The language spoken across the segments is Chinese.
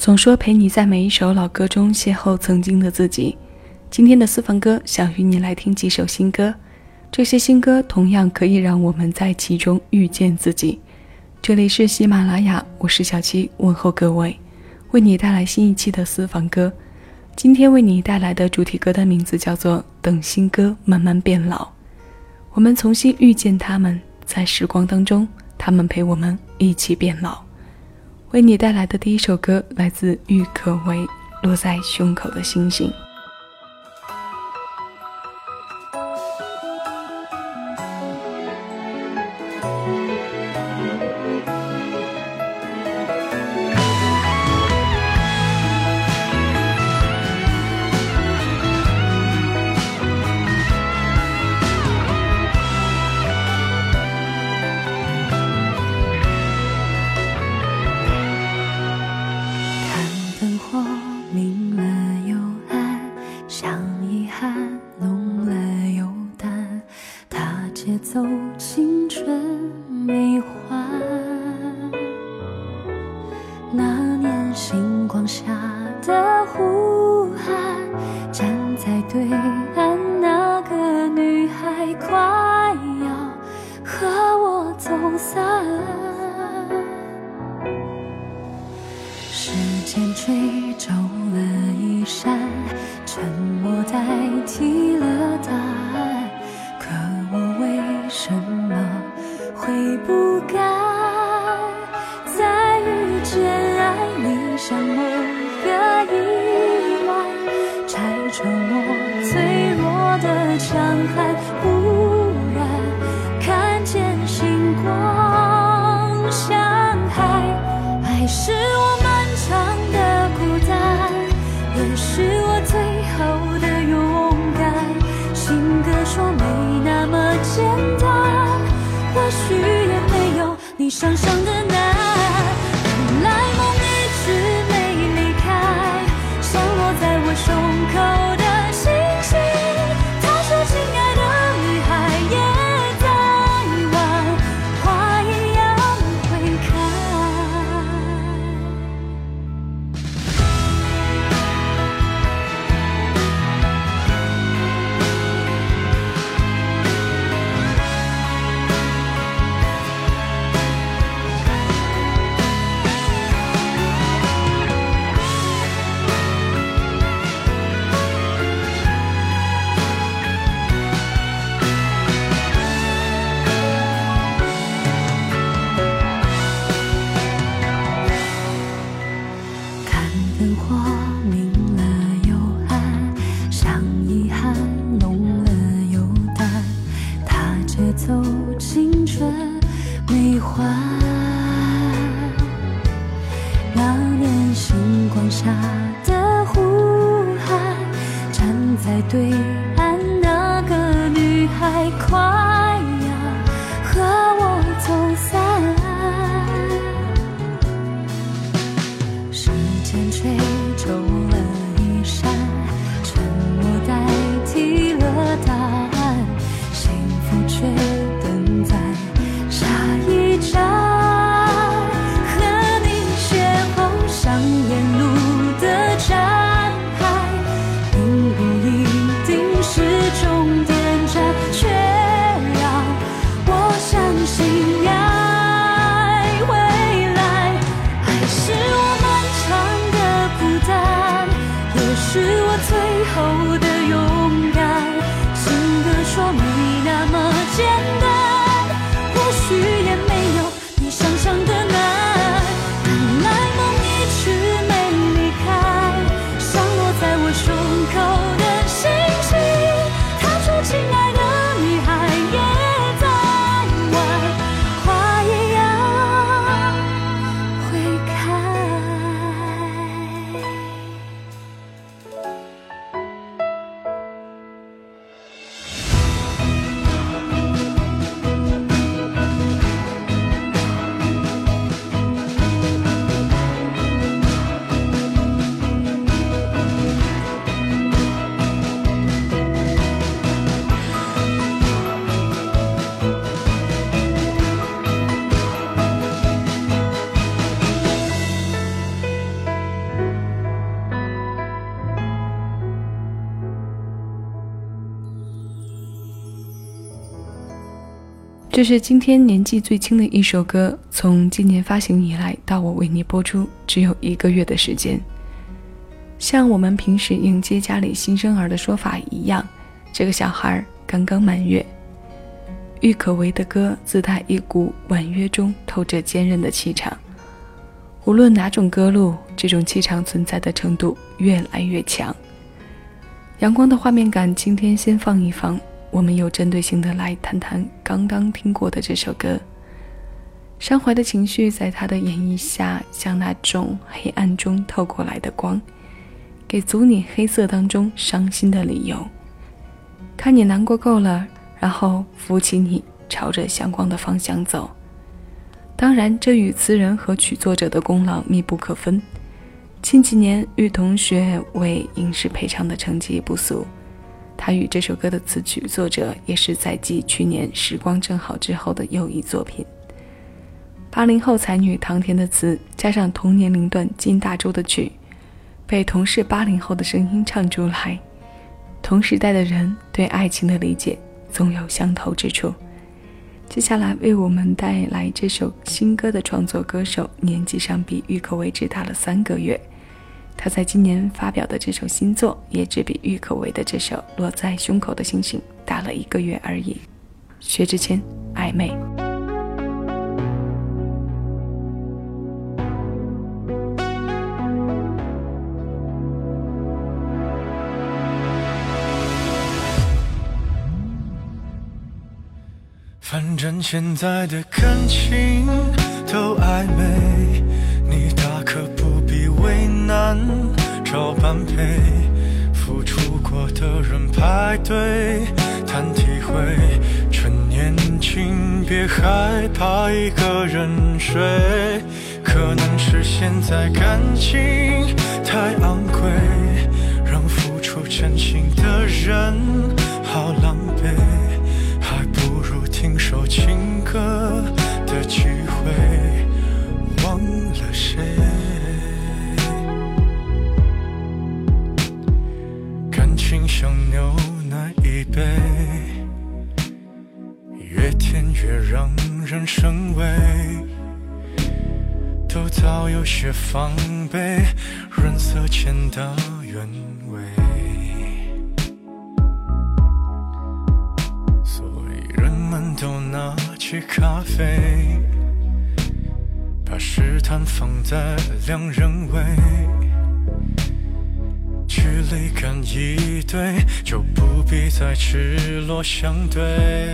总说陪你在每一首老歌中邂逅曾经的自己。今天的私房歌想与你来听几首新歌，这些新歌同样可以让我们在其中遇见自己。这里是喜马拉雅，我是小七，问候各位，为你带来新一期的私房歌。今天为你带来的主题歌的名字叫做《等新歌慢慢变老》，我们重新遇见他们，在时光当中，他们陪我们一起变老。为你带来的第一首歌来自郁可唯，《落在胸口的星星》。 青春美幻，那年星光下的呼喊，站在对岸那个女孩快要和我走散，时间吹皱了衣衫，沉默代替了答案，可我为什么会不该再遇见爱你，像某个意外拆穿我脆弱的强悍，忽然看见星光像海。爱是我漫长的孤单，也是我最后的勇敢，新歌说没那么简单，或许也没有你想象的难。原来梦一直没离开，像落在我胸口的星星。他说亲爱的女孩也在玩，花一样会开。对岸那个女孩快要和我走散，时间吹皱了衣衫，沉默代替了答案，幸福却等在下一站。和你邂逅上沿路的站牌，并不一定是终点站，却这是今天年纪最轻的一首歌，从今年发行以来到我为你播出只有1个月的时间。像我们平时迎接家里新生儿的说法一样，这个小孩刚刚满月。郁可唯的歌自带一股婉约中透着坚韧的气场，无论哪种歌路，这种气场存在的程度越来越强。阳光的画面感今天先放一放，我们有针对性的来谈谈刚刚听过的这首歌。伤怀的情绪在他的演绎下，像那种黑暗中透过来的光，给足你黑色当中伤心的理由。看你难过够了，然后扶起你，朝着阳光的方向走。当然，这与词人和曲作者的功劳密不可分。近几年，郁同学为影视配唱的成绩不俗，他与这首歌的词曲作者也是在继去年《时光正好》之后的又一作品。80后才女唐田的词，加上同年龄段金大洲的曲，被同是80后的声音唱出来。同时代的人对爱情的理解总有相投之处。接下来为我们带来这首新歌的创作歌手，年纪上比郁可唯只大了3个月。他在今年发表的这首新作，也只比郁可唯的这首落在胸口的星星大了1个月而已。薛之谦，暧昧。 反正现在的感情都暧昧，你大可不必为难，找般配，付出过的人排队谈体会，趁年轻别害怕一个人睡，可能是现在感情太昂贵，让付出真心的人好狼狈，还不如听首情歌的机会，忘了谁。感情像牛奶一杯，越甜越让人生畏，都早有些防备，润色前的原味。都拿起咖啡，把试探放在2人位，距离感一对，就不必再赤裸相对。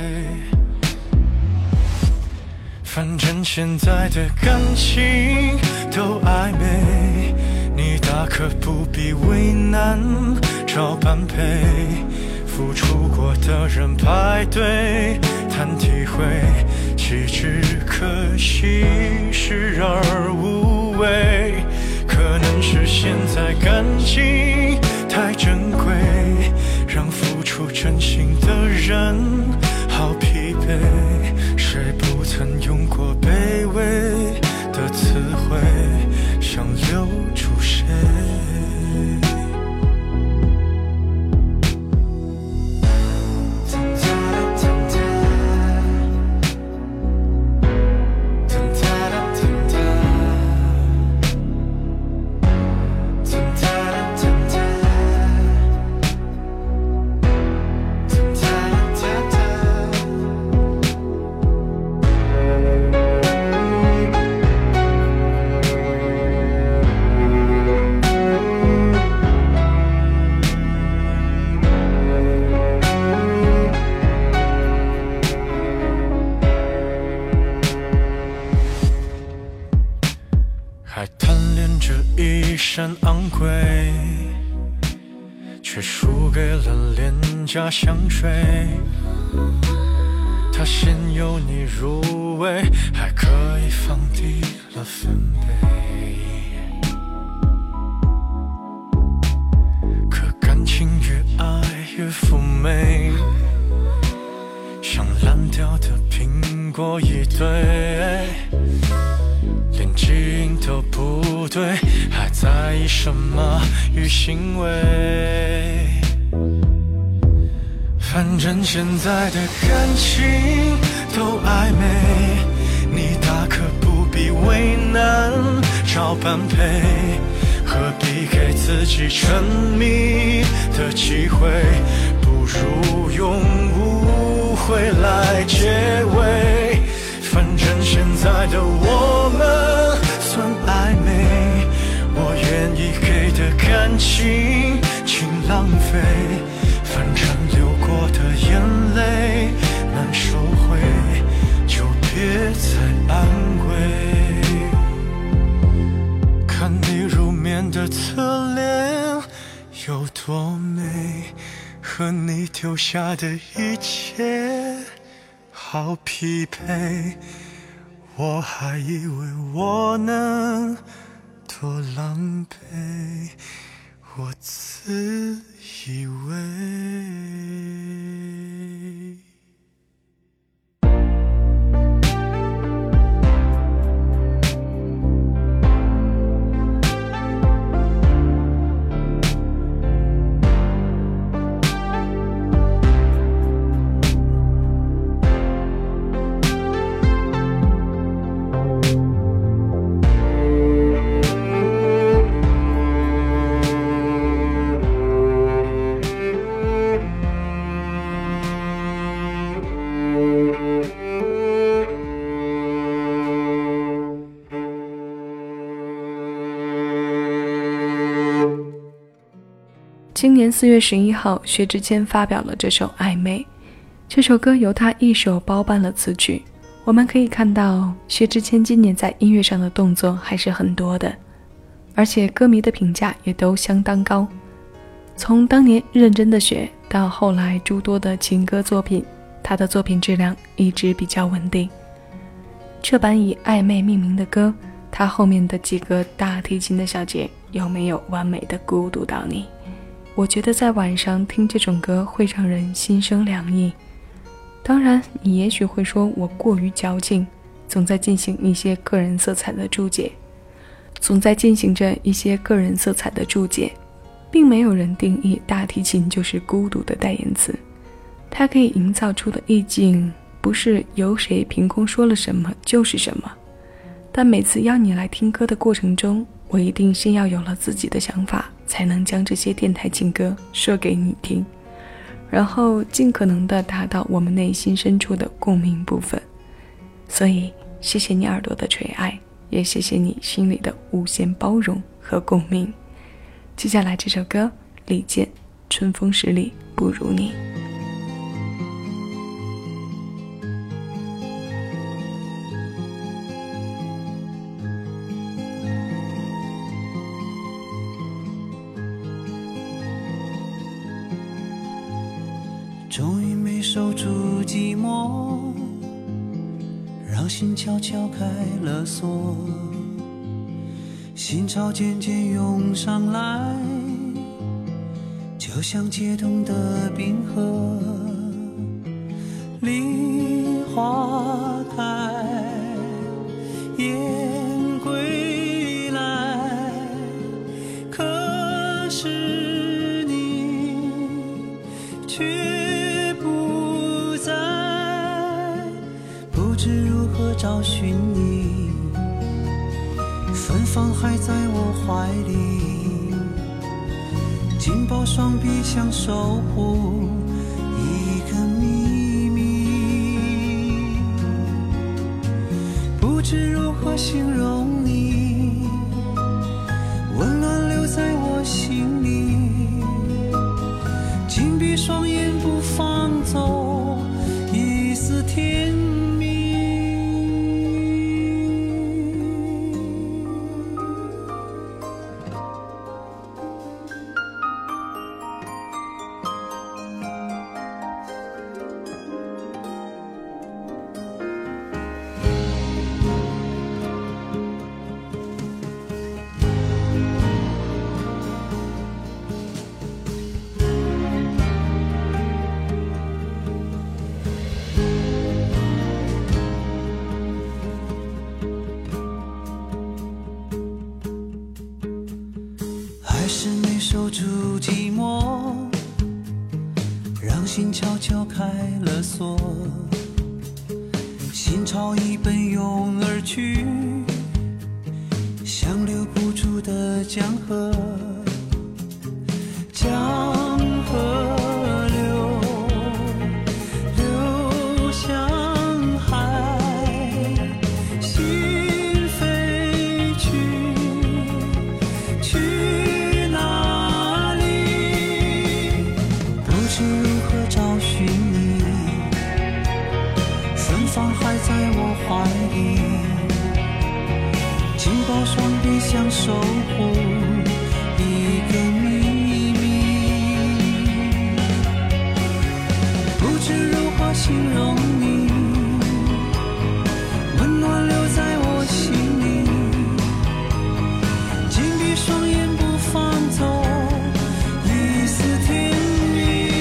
反正现在的感情都暧昧，你大可不必为难，找般配，付出过的人排队谈体会，岂止可惜视而无味，可能是现在感情太珍贵，让付出真心的人好疲惫，谁不曾用过卑微的词汇，想留住谁。还贪恋着一身昂贵，却输给了廉价香水。它先由你入味，还可以放低了分贝。可感情越爱越妩媚，像烂掉的苹果一堆，连基因都不对，还在意什么与行为？反正现在的感情都暧找般配，何必给自己沉迷的机会？不如用误会来结尾。反正现在的我们算暧昧，我愿意给的感情请浪费，反正流过的眼泪难收回，就别再安慰。看你入眠的侧脸有多美，和你丢下的一切好匹配，我还以为我能多狼狈，我自以为。 今年4月11号，薛之谦发表了这首《暧昧》。这首歌由他一手包办了词曲。我们可以看到，薛之谦今年在音乐上的动作还是很多的，而且歌迷的评价也都相当高。从当年《认真的雪》到后来诸多的情歌作品，他的作品质量一直比较稳定。这版以暧昧命名的歌，他后面的几个大提琴的小节有没有完美的孤独到你？我觉得在晚上听这种歌会让人心生凉意。当然，你也许会说我过于矫情，总在进行一些个人色彩的注解，并没有人定义大提琴就是孤独的代言词。它可以营造出的意境，不是由谁凭空说了什么就是什么。但每次邀你来听歌的过程中，我一定先要有了自己的想法，才能将这些电台情歌说给你听，然后尽可能的达到我们内心深处的共鸣部分。所以谢谢你耳朵的垂爱，也谢谢你心里的无限包容和共鸣。接下来这首歌，李健，春风十里不如你。 终于没守住寂寞，让心悄悄开了锁，心潮渐渐涌上来，就像解冻的冰河。梨花开，雁归来，可是你却不在，不知如何找寻你，芬芳还在我怀里，紧抱双臂想守护一个秘密，不知如何形容你，温暖留在我心里，紧闭双眼不放走一丝甜蜜。还是没守住寂寞，让心悄悄开了锁，心潮已奔涌而去，像江河，江河流，流向海，心飞去，去哪里？不知如何找寻你，芬芳还在我怀里，紧抱双臂想守护一个秘密，不知如何形容你，温暖留在我心里，紧闭双眼不放走一丝甜蜜，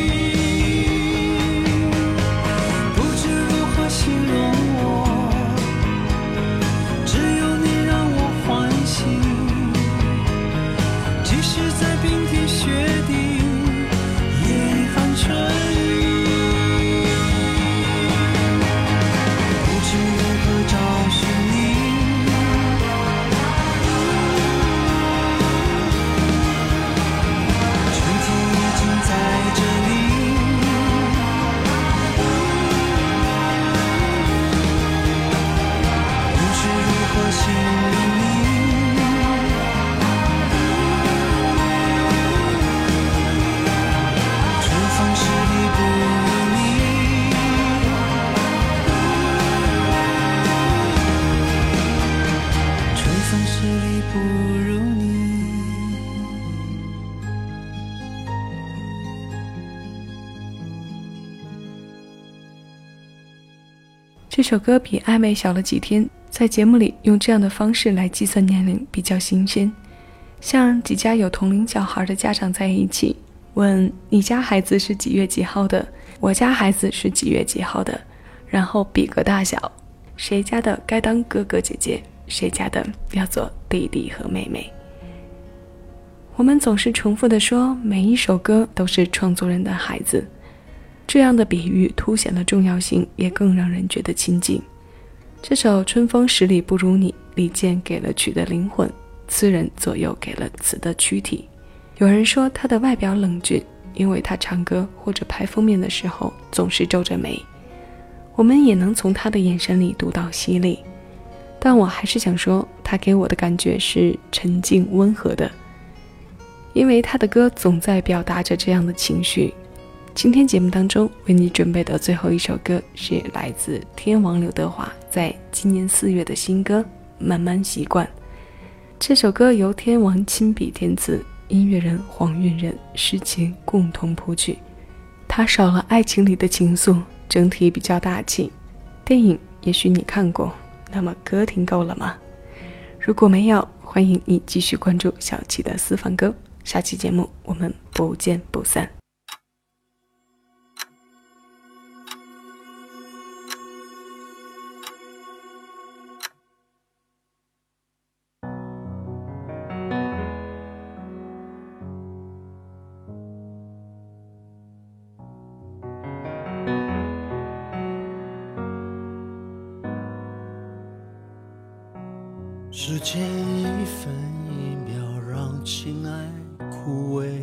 不知如何形容我，只有你让我欢喜，即使在冰天雪地严寒春雨，不知如何找寻你，春天已经在这里，不知如何形容你，春风十里不如你，春风十里不如你。 这首歌比暧昧小了几天，在节目里用这样的方式来计算年龄比较新鲜，像几家有同龄小孩的家长在一起，问你家孩子是几月几号的，我家孩子是几月几号的，然后比个大小，谁家的该当哥哥姐姐，谁家的要做弟弟和妹妹。我们总是重复地说每一首歌都是创作人的孩子，这样的比喻凸显了重要性，也更让人觉得亲近。这首《春风十里不如你》，李健给了曲的灵魂，词人左右给了词的躯体。有人说他的外表冷峻，因为他唱歌或者拍封面的时候总是皱着眉，我们也能从他的眼神里读到犀利，但我还是想说他给我的感觉是沉静温和的，因为他的歌总在表达着这样的情绪。今天节目当中为你准备的最后一首歌是来自天王刘德华在今年4月的新歌《慢慢习惯》。这首歌由天王亲笔填词，音乐人黄韵仁诗情共同谱曲。它少了爱情里的情愫，整体比较大气。电影也许你看过，那么歌听够了吗？如果没有，欢迎你继续关注小七的私房歌，下期节目我们不见不散。 时间一分一秒让情爱枯萎，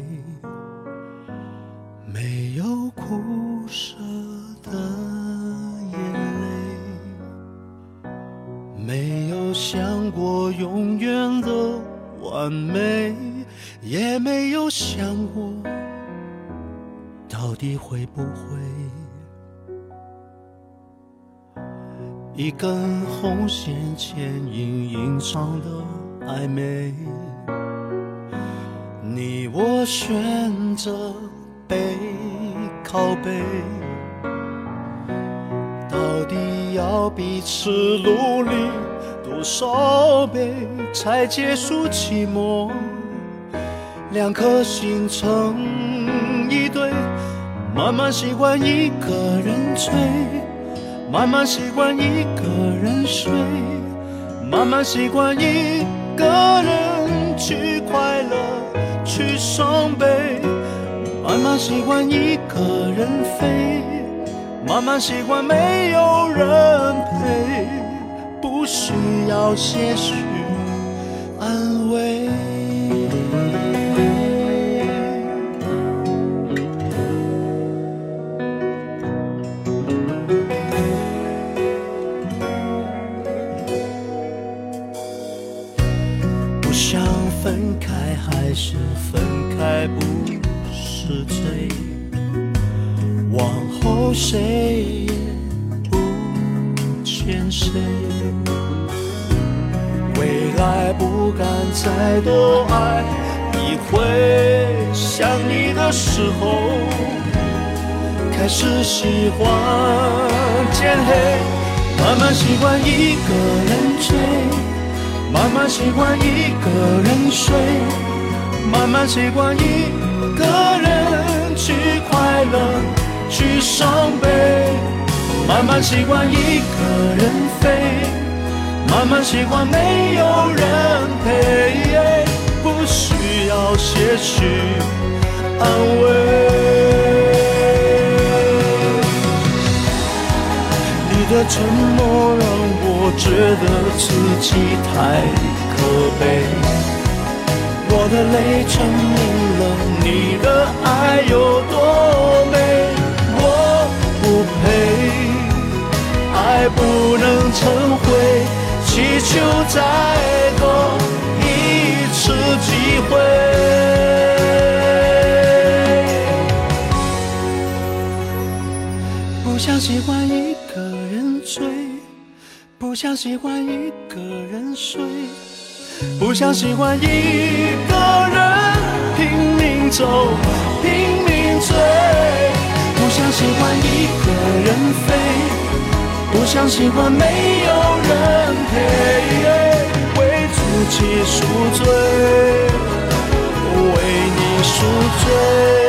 没有苦涩的眼泪，没有想过永远的完美，也没有想过到底会不会。一根红线牵引隐藏的暧昧，你我选择背靠背，到底要彼此努力多少倍才结束寂寞？两颗心成一对，慢慢习惯一个人追，慢慢习惯一个人睡，慢慢习惯一个人去快乐去伤悲，慢慢习惯一个人飞，慢慢习惯没有人陪，不需要些许安慰。 见谁。未来不敢再多爱一回，想你的时候开始喜欢渐黑，慢慢习惯一个人追，慢慢习惯一个人睡，慢慢习惯一个人去快乐去伤悲，慢慢习惯一个人飞，慢慢习惯没有人陪，不需要些许安慰。你的沉默让我觉得自己太可悲，我的泪证明了你的爱有多美。我不配，爱不能成灰，祈求再多一次机会。不想喜欢一个人追，不想喜欢一个人睡，不想喜欢一个人拼命走拼命追，不想喜欢一个人飞，不想喜欢没有人陪，为自己赎罪，为你赎罪。